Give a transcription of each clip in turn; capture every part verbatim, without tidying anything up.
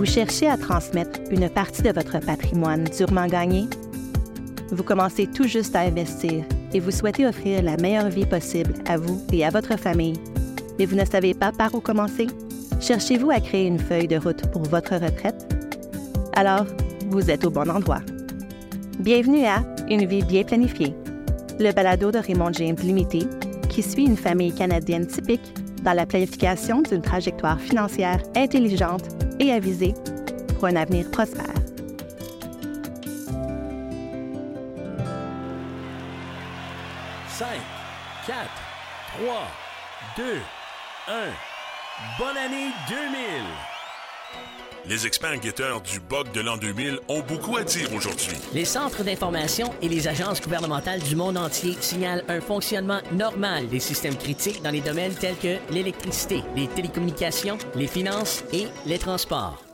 Vous cherchez à transmettre une partie de votre patrimoine durement gagné? Vous commencez tout juste à investir et vous souhaitez offrir la meilleure vie possible à vous et à votre famille, mais vous ne savez pas par où commencer? Cherchez-vous à créer une feuille de route pour votre retraite? Alors, vous êtes au bon endroit. Bienvenue à Une vie bien planifiée, le balado de Raymond James Limité qui suit une famille canadienne typique dans la planification d'une trajectoire financière intelligente et avisée pour un avenir prospère. cinq, quatre, trois, deux, un. Bonne année deux mille! Les experts guetteurs du bug de l'an deux mille ont beaucoup à dire aujourd'hui. Les centres d'information et les agences gouvernementales du monde entier signalent un fonctionnement normal des systèmes critiques dans les domaines tels que l'électricité, les télécommunications, les finances et les transports.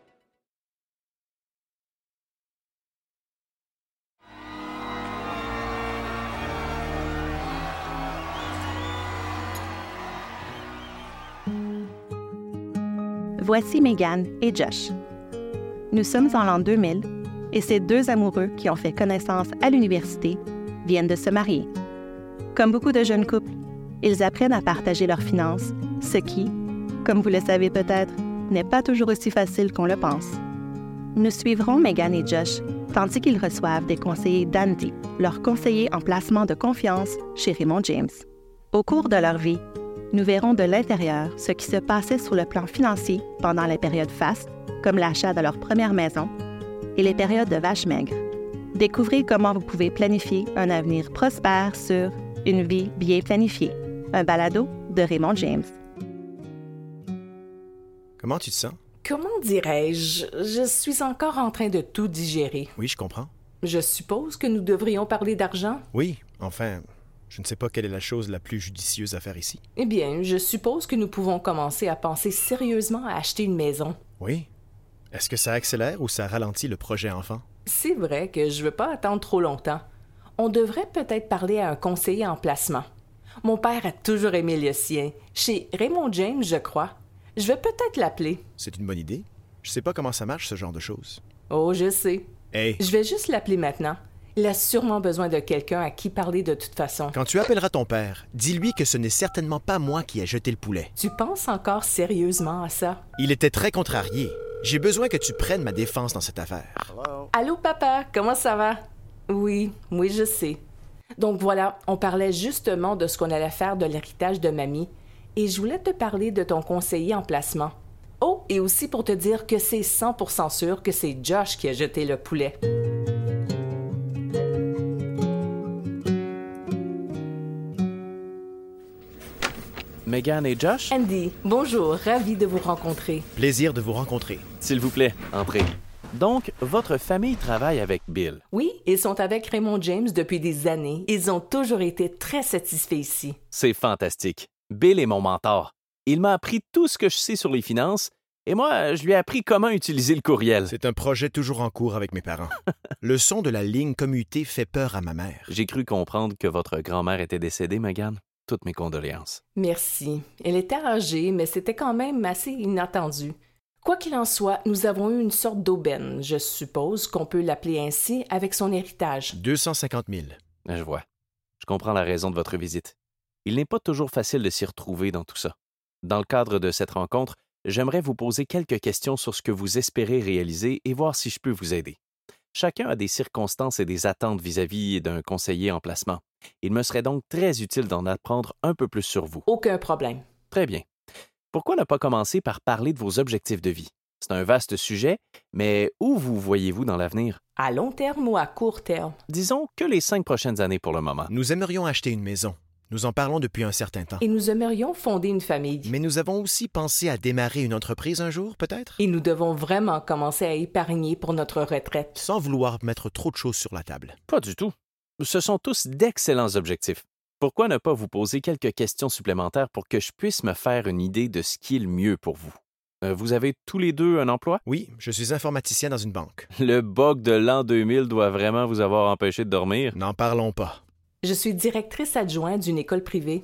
Voici Megan et Josh. Nous sommes en l'an deux mille et ces deux amoureux qui ont fait connaissance à l'université viennent de se marier. Comme beaucoup de jeunes couples, ils apprennent à partager leurs finances, ce qui, comme vous le savez peut-être, n'est pas toujours aussi facile qu'on le pense. Nous suivrons Megan et Josh tandis qu'ils reçoivent des conseillers d'Andy, leur conseiller en placement de confiance chez Raymond James. Au cours de leur vie, nous verrons de l'intérieur ce qui se passait sur le plan financier pendant les périodes fastes, comme l'achat de leur première maison, et les périodes de vaches maigres. Découvrez comment vous pouvez planifier un avenir prospère sur Une vie bien planifiée, un balado de Raymond James. Comment tu te sens? Comment dirais-je? Je suis encore en train de tout digérer. Oui, je comprends. Je suppose que nous devrions parler d'argent? Oui, enfin, je ne sais pas quelle est la chose la plus judicieuse à faire ici. Eh bien, je suppose que nous pouvons commencer à penser sérieusement à acheter une maison. Oui. Est-ce que ça accélère ou ça ralentit le projet enfant? C'est vrai que je veux pas attendre trop longtemps. On devrait peut-être parler à un conseiller en placement. Mon père a toujours aimé le sien. Chez Raymond James, je crois. Je vais peut-être l'appeler. C'est une bonne idée. Je sais pas comment ça marche, ce genre de choses. Oh, je sais. Hey! Je vais juste l'appeler maintenant. Il a sûrement besoin de quelqu'un à qui parler de toute façon. Quand tu appelleras ton père, dis-lui que ce n'est certainement pas moi qui ai jeté le poulet. Tu penses encore sérieusement à ça? Il était très contrarié. J'ai besoin que tu prennes ma défense dans cette affaire. Hello. Allô, papa, comment ça va? Oui, oui, je sais. Donc voilà, on parlait justement de ce qu'on allait faire de l'héritage de mamie, et je voulais te parler de ton conseiller en placement. Oh, et aussi pour te dire que c'est cent pour cent sûr que c'est Josh qui a jeté le poulet. Megan et Josh? Andy, bonjour, ravi de vous rencontrer. Plaisir de vous rencontrer. S'il vous plaît, entrez. Donc, votre famille travaille avec Bill. Oui, ils sont avec Raymond James depuis des années. Ils ont toujours été très satisfaits ici. C'est fantastique. Bill est mon mentor. Il m'a appris tout ce que je sais sur les finances et moi, je lui ai appris comment utiliser le courriel. C'est un projet toujours en cours avec mes parents. Le son de la ligne commutée fait peur à ma mère. J'ai cru comprendre que votre grand-mère était décédée, Megan. Toutes mes condoléances. Merci. Elle était âgée, mais c'était quand même assez inattendu. Quoi qu'il en soit, nous avons eu une sorte d'aubaine, je suppose qu'on peut l'appeler ainsi, avec son héritage. deux cent cinquante mille. Je vois. Je comprends la raison de votre visite. Il n'est pas toujours facile de s'y retrouver dans tout ça. Dans le cadre de cette rencontre, j'aimerais vous poser quelques questions sur ce que vous espérez réaliser et voir si je peux vous aider. Chacun a des circonstances et des attentes vis-à-vis d'un conseiller en placement. Il me serait donc très utile d'en apprendre un peu plus sur vous. Aucun problème. Très bien. Pourquoi ne pas commencer par parler de vos objectifs de vie? C'est un vaste sujet, mais où vous voyez-vous dans l'avenir? À long terme ou à court terme? Disons que les cinq prochaines années pour le moment. Nous aimerions acheter une maison. Nous en parlons depuis un certain temps. Et nous aimerions fonder une famille. Mais nous avons aussi pensé à démarrer une entreprise un jour, peut-être? Et nous devons vraiment commencer à épargner pour notre retraite. Sans vouloir mettre trop de choses sur la table. Pas du tout. Ce sont tous d'excellents objectifs. Pourquoi ne pas vous poser quelques questions supplémentaires pour que je puisse me faire une idée de ce qui est le mieux pour vous? Euh, vous avez tous les deux un emploi? Oui, je suis informaticien dans une banque. Le bug de l'an deux mille doit vraiment vous avoir empêché de dormir? N'en parlons pas. Je suis directrice adjointe d'une école privée.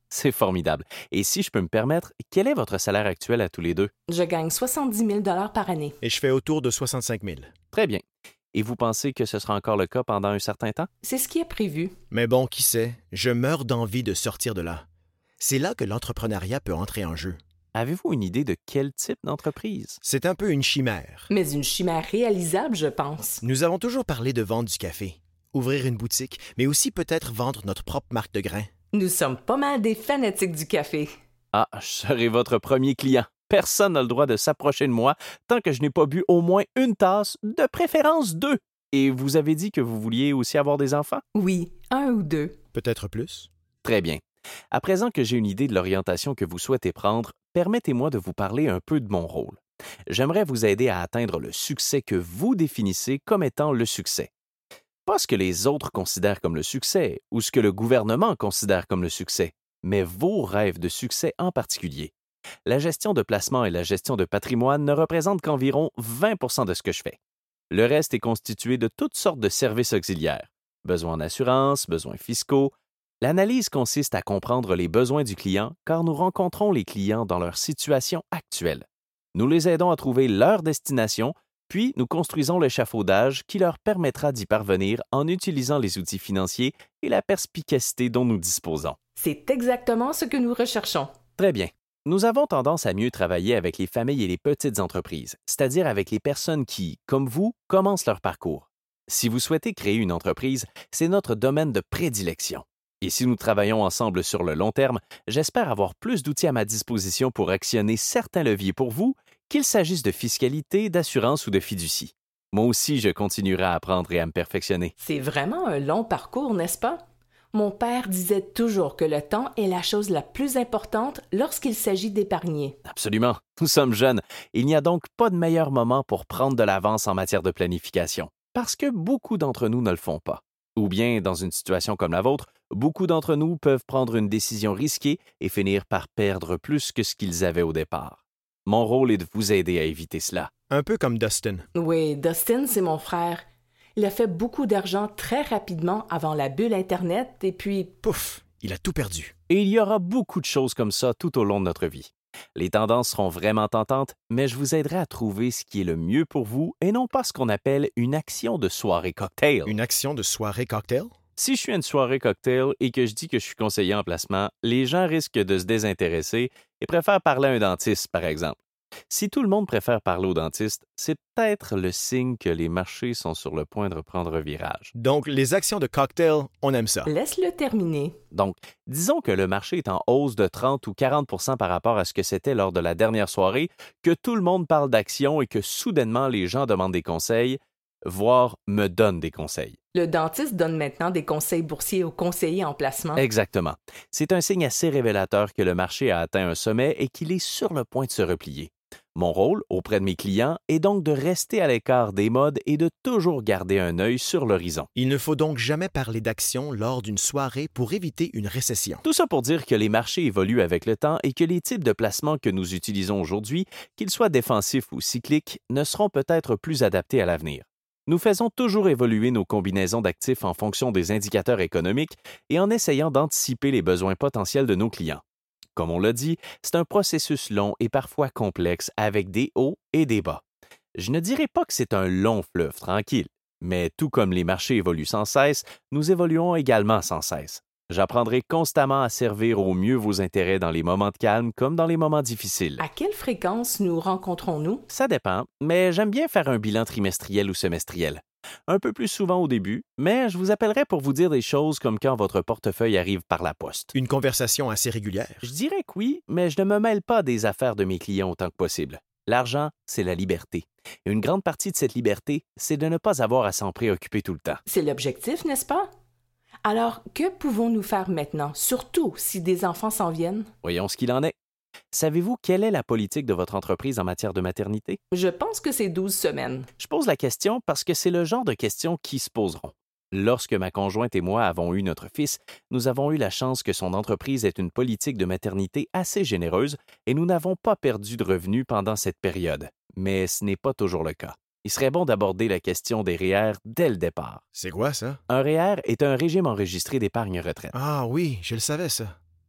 C'est formidable. Et si je peux me permettre, quel est votre salaire actuel à tous les deux? Je gagne soixante-dix mille dollars par année. Et je fais autour de soixante-cinq mille. Très bien. Et vous pensez que ce sera encore le cas pendant un certain temps? C'est ce qui est prévu. Mais bon, qui sait, je meurs d'envie de sortir de là. C'est là que l'entrepreneuriat peut entrer en jeu. Avez-vous une idée de quel type d'entreprise? C'est un peu une chimère. Mais une chimère réalisable, je pense. Nous avons toujours parlé de vendre du café, ouvrir une boutique, mais aussi peut-être vendre notre propre marque de grains. Nous sommes pas mal des fanatiques du café. Ah, je serai votre premier client. Personne n'a le droit de s'approcher de moi tant que je n'ai pas bu au moins une tasse, de préférence deux. Et vous avez dit que vous vouliez aussi avoir des enfants? Oui, un ou deux. Peut-être plus? Très bien. À présent que j'ai une idée de l'orientation que vous souhaitez prendre, permettez-moi de vous parler un peu de mon rôle. J'aimerais vous aider à atteindre le succès que vous définissez comme étant le succès. Pas ce que les autres considèrent comme le succès ou ce que le gouvernement considère comme le succès, mais vos rêves de succès en particulier. La gestion de placement et la gestion de patrimoine ne représentent qu'environ vingt pour cent de ce que je fais. Le reste est constitué de toutes sortes de services auxiliaires. Besoins en assurance, besoins fiscaux. L'analyse consiste à comprendre les besoins du client car nous rencontrons les clients dans leur situation actuelle. Nous les aidons à trouver leur destination, puis nous construisons l'échafaudage qui leur permettra d'y parvenir en utilisant les outils financiers et la perspicacité dont nous disposons. C'est exactement ce que nous recherchons. Très bien. Nous avons tendance à mieux travailler avec les familles et les petites entreprises, c'est-à-dire avec les personnes qui, comme vous, commencent leur parcours. Si vous souhaitez créer une entreprise, c'est notre domaine de prédilection. Et si nous travaillons ensemble sur le long terme, j'espère avoir plus d'outils à ma disposition pour actionner certains leviers pour vous, qu'il s'agisse de fiscalité, d'assurance ou de fiducie. Moi aussi, je continuerai à apprendre et à me perfectionner. C'est vraiment un long parcours, n'est-ce pas? Mon père disait toujours que le temps est la chose la plus importante lorsqu'il s'agit d'épargner. Absolument. Nous sommes jeunes. Il n'y a donc pas de meilleur moment pour prendre de l'avance en matière de planification, parce que beaucoup d'entre nous ne le font pas. Ou bien, dans une situation comme la vôtre, beaucoup d'entre nous peuvent prendre une décision risquée et finir par perdre plus que ce qu'ils avaient au départ. Mon rôle est de vous aider à éviter cela. Un peu comme Dustin. Oui, Dustin, c'est mon frère. Il a fait beaucoup d'argent très rapidement avant la bulle Internet et puis... Pouf, il a tout perdu. Et il y aura beaucoup de choses comme ça tout au long de notre vie. Les tendances seront vraiment tentantes, mais je vous aiderai à trouver ce qui est le mieux pour vous et non pas ce qu'on appelle une action de soirée cocktail. Une action de soirée cocktail? Si je suis à une soirée cocktail et que je dis que je suis conseiller en placement, les gens risquent de se désintéresser et préfèrent parler à un dentiste, par exemple. Si tout le monde préfère parler au dentiste, c'est peut-être le signe que les marchés sont sur le point de reprendre virage. Donc, les actions de cocktail, on aime ça. Laisse-le terminer. Donc, disons que le marché est en hausse de trente ou quarante pour cent par rapport à ce que c'était lors de la dernière soirée, que tout le monde parle d'actions et que soudainement les gens demandent des conseils, voire me donnent des conseils. Le dentiste donne maintenant des conseils boursiers aux conseillers en placement. Exactement. C'est un signe assez révélateur que le marché a atteint un sommet et qu'il est sur le point de se replier. Mon rôle auprès de mes clients est donc de rester à l'écart des modes et de toujours garder un œil sur l'horizon. Il ne faut donc jamais parler d'actions lors d'une soirée pour éviter une récession. Tout ça pour dire que les marchés évoluent avec le temps et que les types de placements que nous utilisons aujourd'hui, qu'ils soient défensifs ou cycliques, ne seront peut-être plus adaptés à l'avenir. Nous faisons toujours évoluer nos combinaisons d'actifs en fonction des indicateurs économiques et en essayant d'anticiper les besoins potentiels de nos clients. Comme on l'a dit, c'est un processus long et parfois complexe avec des hauts et des bas. Je ne dirais pas que c'est un long fleuve tranquille, mais tout comme les marchés évoluent sans cesse, nous évoluons également sans cesse. J'apprendrai constamment à servir au mieux vos intérêts dans les moments de calme comme dans les moments difficiles. À quelle fréquence nous rencontrons-nous? Ça dépend, mais j'aime bien faire un bilan trimestriel ou semestriel. Un peu plus souvent au début, mais je vous appellerai pour vous dire des choses comme quand votre portefeuille arrive par la poste. Une conversation assez régulière. Je dirais que oui, mais je ne me mêle pas des affaires de mes clients autant que possible. L'argent, c'est la liberté. Et une grande partie de cette liberté, c'est de ne pas avoir à s'en préoccuper tout le temps. C'est l'objectif, n'est-ce pas? Alors, que pouvons-nous faire maintenant, surtout si des enfants s'en viennent? Voyons ce qu'il en est. Savez-vous quelle est la politique de votre entreprise en matière de maternité? Je pense que c'est douze semaines. Je pose la question parce que c'est le genre de questions qui se poseront. Lorsque ma conjointe et moi avons eu notre fils, nous avons eu la chance que son entreprise ait une politique de maternité assez généreuse et nous n'avons pas perdu de revenus pendant cette période. Mais ce n'est pas toujours le cas. Il serait bon d'aborder la question des R E E R dès le départ. C'est quoi ça? Un R E E R est un régime enregistré d'épargne retraite. Ah oui, je le savais ça.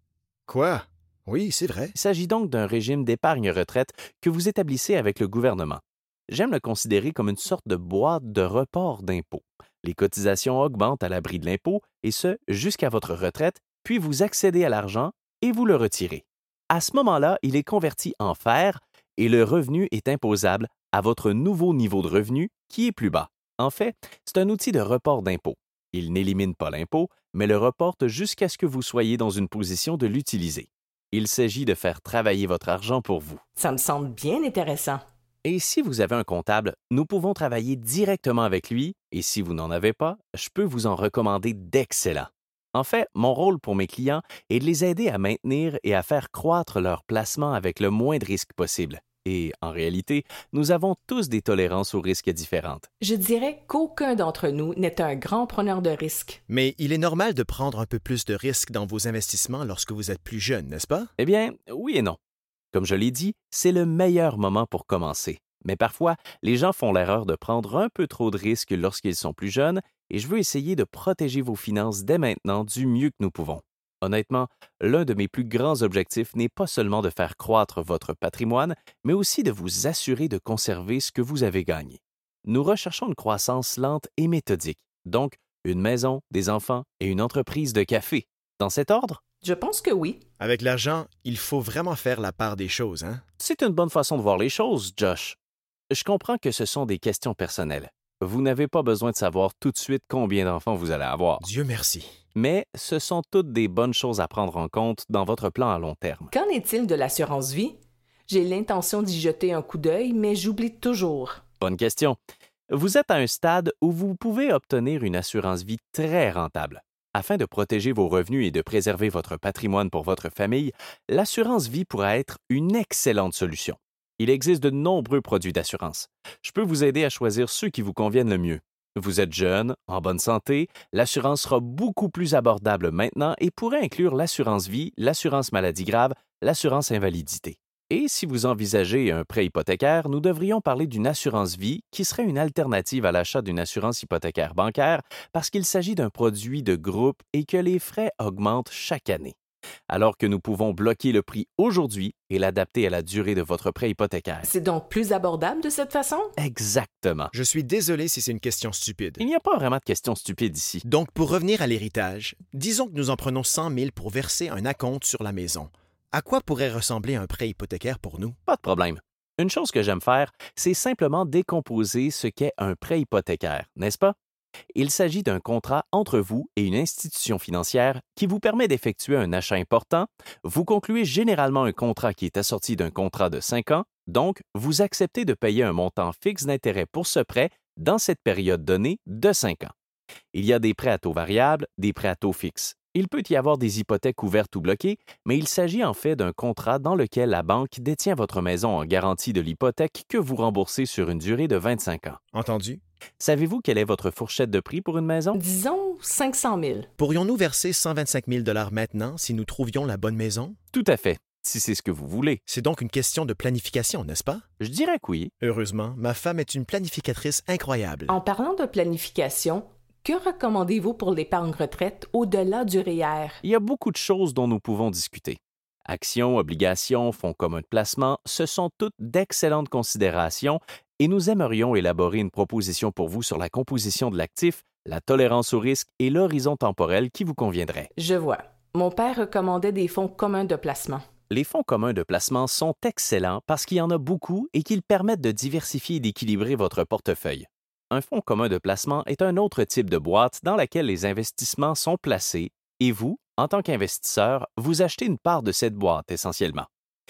Quoi? Oui, c'est vrai. Il s'agit donc d'un régime d'épargne-retraite que vous établissez avec le gouvernement. J'aime le considérer comme une sorte de boîte de report d'impôt. Les cotisations augmentent à l'abri de l'impôt, et ce, jusqu'à votre retraite, puis vous accédez à l'argent et vous le retirez. À ce moment-là, il est converti en fer et le revenu est imposable à votre nouveau niveau de revenu qui est plus bas. En fait, c'est un outil de report d'impôt. Il n'élimine pas l'impôt, mais le reporte jusqu'à ce que vous soyez dans une position de l'utiliser. Il s'agit de faire travailler votre argent pour vous. Ça me semble bien intéressant. Et si vous avez un comptable, nous pouvons travailler directement avec lui, et si vous n'en avez pas, je peux vous en recommander d'excellents. En fait, mon rôle pour mes clients est de les aider à maintenir et à faire croître leur placement avec le moins de risques possible. Et en réalité, nous avons tous des tolérances aux risques différentes. Je dirais qu'aucun d'entre nous n'est un grand preneur de risques. Mais il est normal de prendre un peu plus de risques dans vos investissements lorsque vous êtes plus jeune, n'est-ce pas? Eh bien, oui et non. Comme je l'ai dit, c'est le meilleur moment pour commencer. Mais parfois, les gens font l'erreur de prendre un peu trop de risques lorsqu'ils sont plus jeunes, et je veux essayer de protéger vos finances dès maintenant du mieux que nous pouvons. Honnêtement, l'un de mes plus grands objectifs n'est pas seulement de faire croître votre patrimoine, mais aussi de vous assurer de conserver ce que vous avez gagné. Nous recherchons une croissance lente et méthodique, donc une maison, des enfants et une entreprise de café. Dans cet ordre? Je pense que oui. Avec l'argent, il faut vraiment faire la part des choses, hein? C'est une bonne façon de voir les choses, Josh. Je comprends que ce sont des questions personnelles. Vous n'avez pas besoin de savoir tout de suite combien d'enfants vous allez avoir. Dieu merci. Mais ce sont toutes des bonnes choses à prendre en compte dans votre plan à long terme. Qu'en est-il de l'assurance vie? J'ai l'intention d'y jeter un coup d'œil, mais j'oublie toujours. Bonne question. Vous êtes à un stade où vous pouvez obtenir une assurance vie très rentable. Afin de protéger vos revenus et de préserver votre patrimoine pour votre famille, l'assurance vie pourra être une excellente solution. Il existe de nombreux produits d'assurance. Je peux vous aider à choisir ceux qui vous conviennent le mieux. Vous êtes jeune, en bonne santé, l'assurance sera beaucoup plus abordable maintenant et pourrait inclure l'assurance vie, l'assurance maladie grave, l'assurance invalidité. Et si vous envisagez un prêt hypothécaire, nous devrions parler d'une assurance vie qui serait une alternative à l'achat d'une assurance hypothécaire bancaire parce qu'il s'agit d'un produit de groupe et que les frais augmentent chaque année. Alors que nous pouvons bloquer le prix aujourd'hui et l'adapter à la durée de votre prêt hypothécaire. C'est donc plus abordable de cette façon? Exactement. Je suis désolé si c'est une question stupide. Il n'y a pas vraiment de questions stupides ici. Donc, pour revenir à l'héritage, disons que nous en prenons cent mille pour verser un acompte sur la maison. À quoi pourrait ressembler un prêt hypothécaire pour nous? Pas de problème. Une chose que j'aime faire, c'est simplement décomposer ce qu'est un prêt hypothécaire, n'est-ce pas? Il s'agit d'un contrat entre vous et une institution financière qui vous permet d'effectuer un achat important. Vous concluez généralement un contrat qui est assorti d'un contrat de cinq ans, donc vous acceptez de payer un montant fixe d'intérêt pour ce prêt dans cette période donnée de cinq ans. Il y a des prêts à taux variable, des prêts à taux fixe. Il peut y avoir des hypothèques ouvertes ou bloquées, mais il s'agit en fait d'un contrat dans lequel la banque détient votre maison en garantie de l'hypothèque que vous remboursez sur une durée de vingt-cinq ans. Entendu? Savez-vous quelle est votre fourchette de prix pour une maison? Disons cinq cent mille. Pourrions-nous verser cent vingt-cinq mille dollars maintenant si nous trouvions la bonne maison? Tout à fait, si c'est ce que vous voulez. C'est donc une question de planification, n'est-ce pas? Je dirais que oui. Heureusement, ma femme est une planificatrice incroyable. En parlant de planification, que recommandez-vous pour l'épargne retraite au-delà du R E E R? Il y a beaucoup de choses dont nous pouvons discuter. Actions, obligations, fonds communs de placement, ce sont toutes d'excellentes considérations et nous aimerions élaborer une proposition pour vous sur la composition de l'actif, la tolérance au risque et l'horizon temporel qui vous conviendrait. Je vois. Mon père recommandait des fonds communs de placement. Les fonds communs de placement sont excellents parce qu'il y en a beaucoup et qu'ils permettent de diversifier et d'équilibrer votre portefeuille. Un fonds commun de placement est un autre type de boîte dans laquelle les investissements sont placés et vous, en tant qu'investisseur, vous achetez une part de cette boîte essentiellement.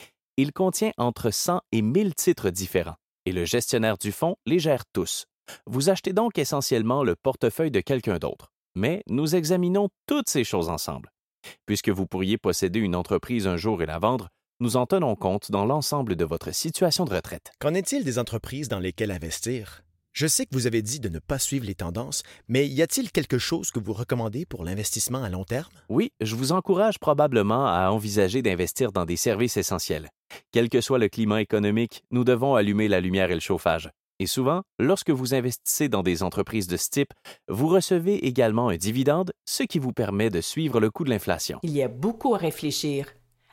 Il contient entre cent et mille titres différents et le gestionnaire du fonds les gère tous. Vous achetez donc essentiellement le portefeuille de quelqu'un d'autre. Mais nous examinons toutes ces choses ensemble. Puisque vous pourriez posséder une entreprise un jour et la vendre, nous en tenons compte dans l'ensemble de votre situation de retraite. Qu'en est-il des entreprises dans lesquelles investir? Je sais que vous avez dit de ne pas suivre les tendances, mais y a-t-il quelque chose que vous recommandez pour l'investissement à long terme? Oui, je vous encourage probablement à envisager d'investir dans des services essentiels. Quel que soit le climat économique, nous devons allumer la lumière et le chauffage. Et souvent, lorsque vous investissez dans des entreprises de ce type, vous recevez également un dividende, ce qui vous permet de suivre le coût de l'inflation. Il y a beaucoup à réfléchir.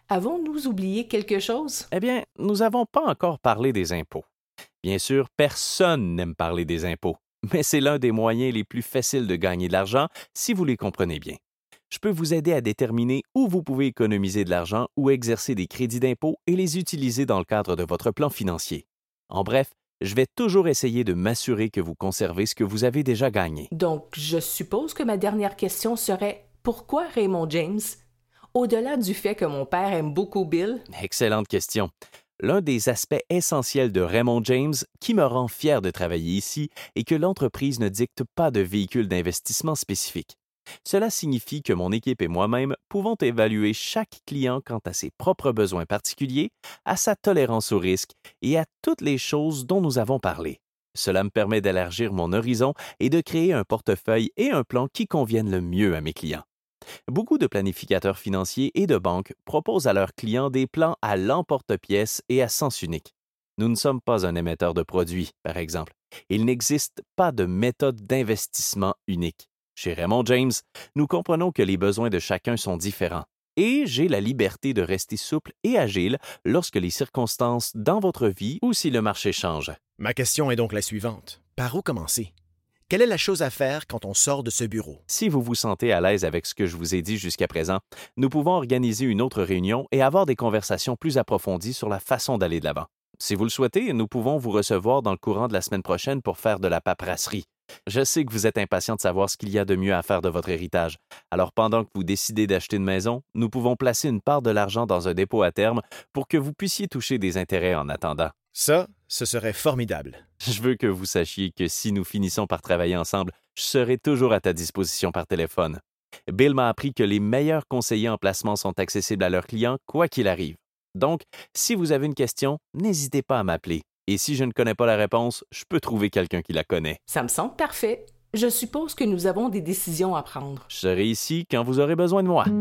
Avons-nous oublié quelque chose? Eh bien, nous n'avons pas encore parlé des impôts. Bien sûr, personne n'aime parler des impôts, mais c'est l'un des moyens les plus faciles de gagner de l'argent si vous les comprenez bien. Je peux vous aider à déterminer où vous pouvez économiser de l'argent ou exercer des crédits d'impôt et les utiliser dans le cadre de votre plan financier. En bref, je vais toujours essayer de m'assurer que vous conservez ce que vous avez déjà gagné. Donc, je suppose que ma dernière question serait « Pourquoi Raymond James? » Au-delà du fait que mon père aime beaucoup Bill. Excellente question. L'un des aspects essentiels de Raymond James qui me rend fier de travailler ici est que l'entreprise ne dicte pas de véhicule d'investissement spécifique. Cela signifie que mon équipe et moi-même pouvons évaluer chaque client quant à ses propres besoins particuliers, à sa tolérance au risque et à toutes les choses dont nous avons parlé. Cela me permet d'élargir mon horizon et de créer un portefeuille et un plan qui conviennent le mieux à mes clients. Beaucoup de planificateurs financiers et de banques proposent à leurs clients des plans à l'emporte-pièce et à sens unique. Nous ne sommes pas un émetteur de produits, par exemple. Il n'existe pas de méthode d'investissement unique. Chez Raymond James, nous comprenons que les besoins de chacun sont différents et j'ai la liberté de rester souple et agile lorsque les circonstances dans votre vie ou si le marché change. Ma question est donc la suivante. Par où commencer? Quelle est la chose à faire quand on sort de ce bureau? Si vous vous sentez à l'aise avec ce que je vous ai dit jusqu'à présent, nous pouvons organiser une autre réunion et avoir des conversations plus approfondies sur la façon d'aller de l'avant. Si vous le souhaitez, nous pouvons vous recevoir dans le courant de la semaine prochaine pour faire de la paperasserie. Je sais que vous êtes impatient de savoir ce qu'il y a de mieux à faire de votre héritage. Alors pendant que vous décidez d'acheter une maison, nous pouvons placer une part de l'argent dans un dépôt à terme pour que vous puissiez toucher des intérêts en attendant. Ça, ce serait formidable. Je veux que vous sachiez que si nous finissons par travailler ensemble, je serai toujours à ta disposition par téléphone. Bill m'a appris que les meilleurs conseillers en placement sont accessibles à leurs clients, quoi qu'il arrive. Donc, si vous avez une question, n'hésitez pas à m'appeler. Et si je ne connais pas la réponse, je peux trouver quelqu'un qui la connaît. Ça me semble parfait. Je suppose que nous avons des décisions à prendre. Je serai ici quand vous aurez besoin de moi.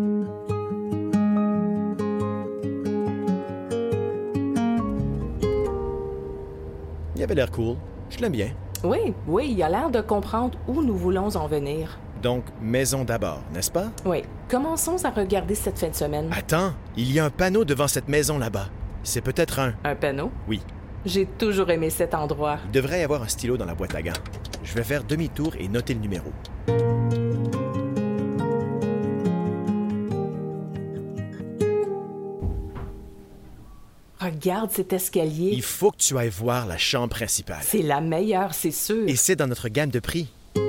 Il avait l'air cool. Je l'aime bien. Oui, oui, il a l'air de comprendre où nous voulons en venir. Donc, maison d'abord, n'est-ce pas? Oui. Commençons à regarder cette fin de semaine. Attends, il y a un panneau devant cette maison là-bas. C'est peut-être un... Un panneau? Oui. J'ai toujours aimé cet endroit. Il devrait y avoir un stylo dans la boîte à gants. Je vais faire demi-tour et noter le numéro. Regarde cet escalier. Il faut que tu ailles voir la chambre principale. C'est la meilleure, c'est sûr. Et c'est dans notre gamme de prix.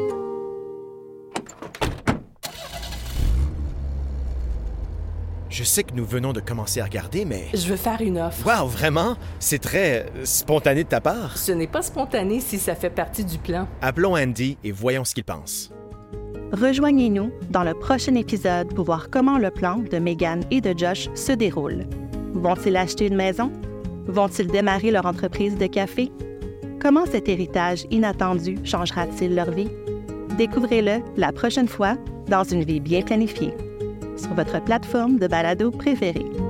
Je sais que nous venons de commencer à regarder, mais... Je veux faire une offre. Wow, vraiment? C'est très euh, spontané de ta part. Ce n'est pas spontané si ça fait partie du plan. Appelons Andy et voyons ce qu'il pense. Rejoignez-nous dans le prochain épisode pour voir comment le plan de Megan et de Josh se déroule. Vont-ils acheter une maison? Vont-ils démarrer leur entreprise de café? Comment cet héritage inattendu changera-t-il leur vie? Découvrez-le la prochaine fois dans Une vie bien planifiée, sur votre plateforme de balado préférée.